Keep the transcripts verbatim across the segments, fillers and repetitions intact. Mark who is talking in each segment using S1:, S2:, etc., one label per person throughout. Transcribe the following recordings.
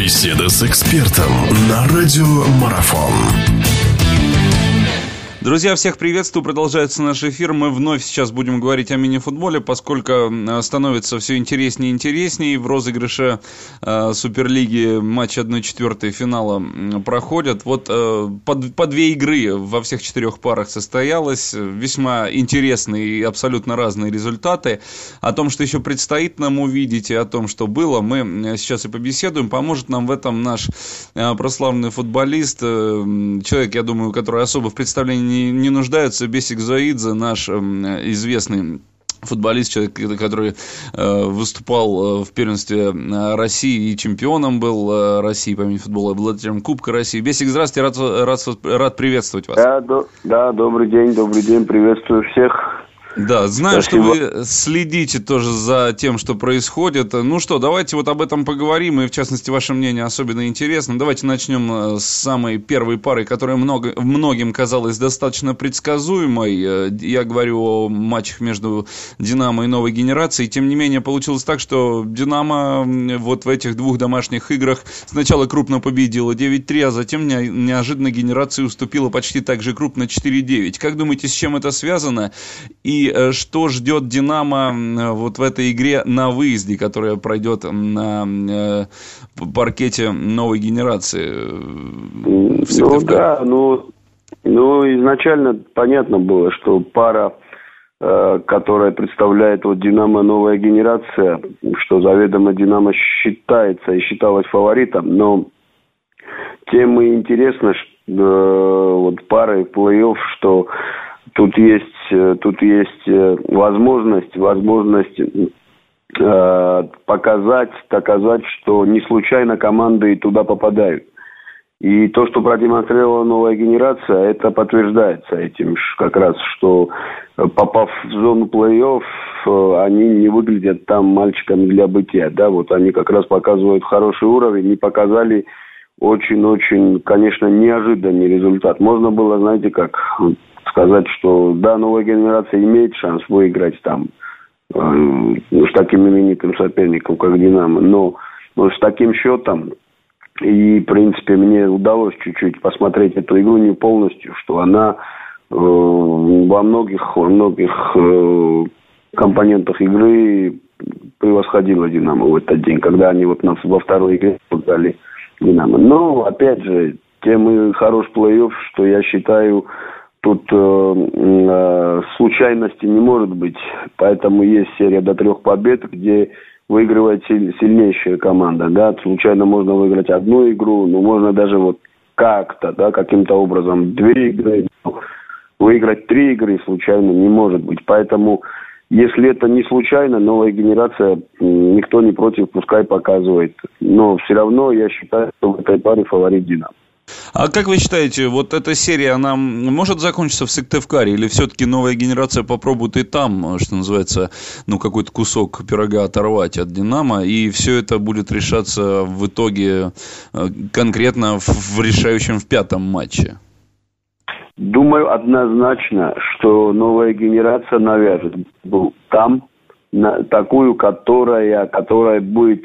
S1: Беседа с экспертом на радио Марафон.
S2: Друзья, всех приветствую. Продолжается наш эфир. Мы вновь сейчас будем говорить о мини-футболе, поскольку становится все интереснее и интереснее. В розыгрыше э, Суперлиги матч одна четвертая финала проходят. Вот э, по, по две игры во всех четырех парах состоялось. Весьма интересные и абсолютно разные результаты. О том, что еще предстоит нам увидеть, и о том, что было, мы сейчас и побеседуем. Поможет нам в этом наш э, прославленный футболист, э, человек, я думаю, который особо в представлении Не, не нуждаются, Бесик Зоидзе, наш э, известный футболист, человек, который э, выступал э, в первенстве России и чемпионом был э, России по мини-футболу, обладателем Кубка России. Бесик, здравствуйте, рад, рад, рад приветствовать вас.
S3: Да, до, да, добрый день, добрый день, приветствую всех.
S2: Да, знаю,
S3: Спасибо.
S2: Что вы следите тоже за тем, что происходит. Ну что, давайте вот об этом поговорим, и в частности ваше мнение особенно интересно. Давайте начнем с самой первой пары, которая много, многим казалась достаточно предсказуемой. Я говорю о матчах между «Динамо» и «Новой генерацией». Тем не менее, получилось так, что «Динамо» вот в этих двух домашних играх сначала крупно победила девять три, а затем неожиданно «Генерация» уступила почти так же крупно четыре девять. Как думаете, с чем это связано? И И что ждет «Динамо» вот в этой игре на выезде, которая пройдет на паркете «Новой генерации» в Сыктывкаре?
S3: Ну да, ну, ну изначально понятно было, что пара, э, которая представляет вот «Динамо» «Новая генерация», что заведомо «Динамо» считается и считалась фаворитом, но тем и интересно, что, э, вот пары в плей-офф, что Тут есть, тут есть возможность, возможность э, показать, доказать, что не случайно команды туда попадают. И то, что продемонстрировала «Новая генерация», это подтверждается этим как раз, что попав в зону плей-офф, они не выглядят там мальчиками для бытия. Да? Вот они как раз показывают хороший уровень и показали очень-очень, конечно, неожиданный результат. Можно было, знаете, как... сказать, что да, «Новая генерация» имеет шанс выиграть там э, с таким именитым соперником, как «Динамо», но, но с таким счетом, и, в принципе, мне удалось чуть-чуть посмотреть эту игру не полностью, что она э, во многих, во многих э, компонентах игры превосходила «Динамо» в этот день, когда они вот на, во второй игре подали «Динамо». Но, опять же, тем и хорош плей-офф, что я считаю, тут э, э, случайности не может быть, поэтому есть серия до трех побед, где выигрывает силь, сильнейшая команда, да, случайно можно выиграть одну игру, но можно даже вот как-то, да, каким-то образом две игры, выиграть три игры случайно не может быть, поэтому если это не случайно, «Новая генерация», никто не против, пускай показывает, но все равно я считаю, что в этой паре фаворит «Динамо».
S2: А как вы считаете, вот эта серия, она может закончиться в Сыктывкаре, или все-таки «Новая генерация» попробует и там, что называется, ну, какой-то кусок пирога оторвать от «Динамо», и все это будет решаться в итоге конкретно в решающем в пятом матче?
S3: Думаю однозначно, что «Новая генерация» навяжет там на, такую, которая, которая будет...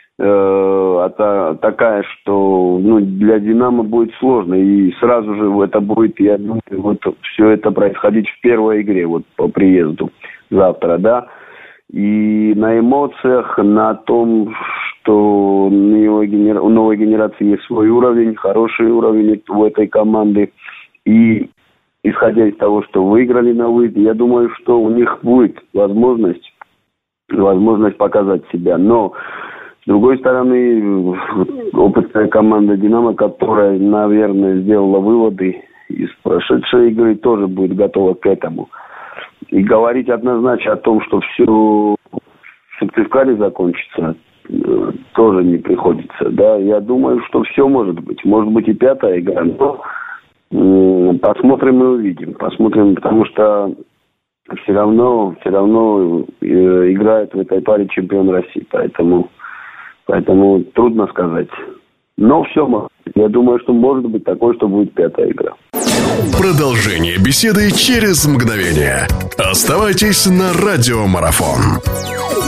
S3: такая, что ну, для «Динамо» будет сложно. И сразу же это будет, я думаю, вот все это происходить в первой игре, вот по приезду завтра, да. И на эмоциях, на том, что у «Новой генерации» есть свой уровень, хороший уровень у этой команды. И исходя из того, что выиграли на выезде, я думаю, что у них будет возможность, возможность показать себя. Но с другой стороны, опытная команда «Динамо», которая, наверное, сделала выводы из прошедшей игры, тоже будет готова к этому. И говорить однозначно о том, что все в Сыктывкаре закончится, тоже не приходится. Да? Я думаю, что все может быть. Может быть и пятая игра, но посмотрим и увидим. Посмотрим, потому что все равно, все равно играет в этой паре чемпион России. Поэтому... Поэтому трудно сказать. Но все может. Я думаю, что может быть такое, что будет пятая игра.
S1: Продолжение беседы через мгновение. Оставайтесь на радио Марафон.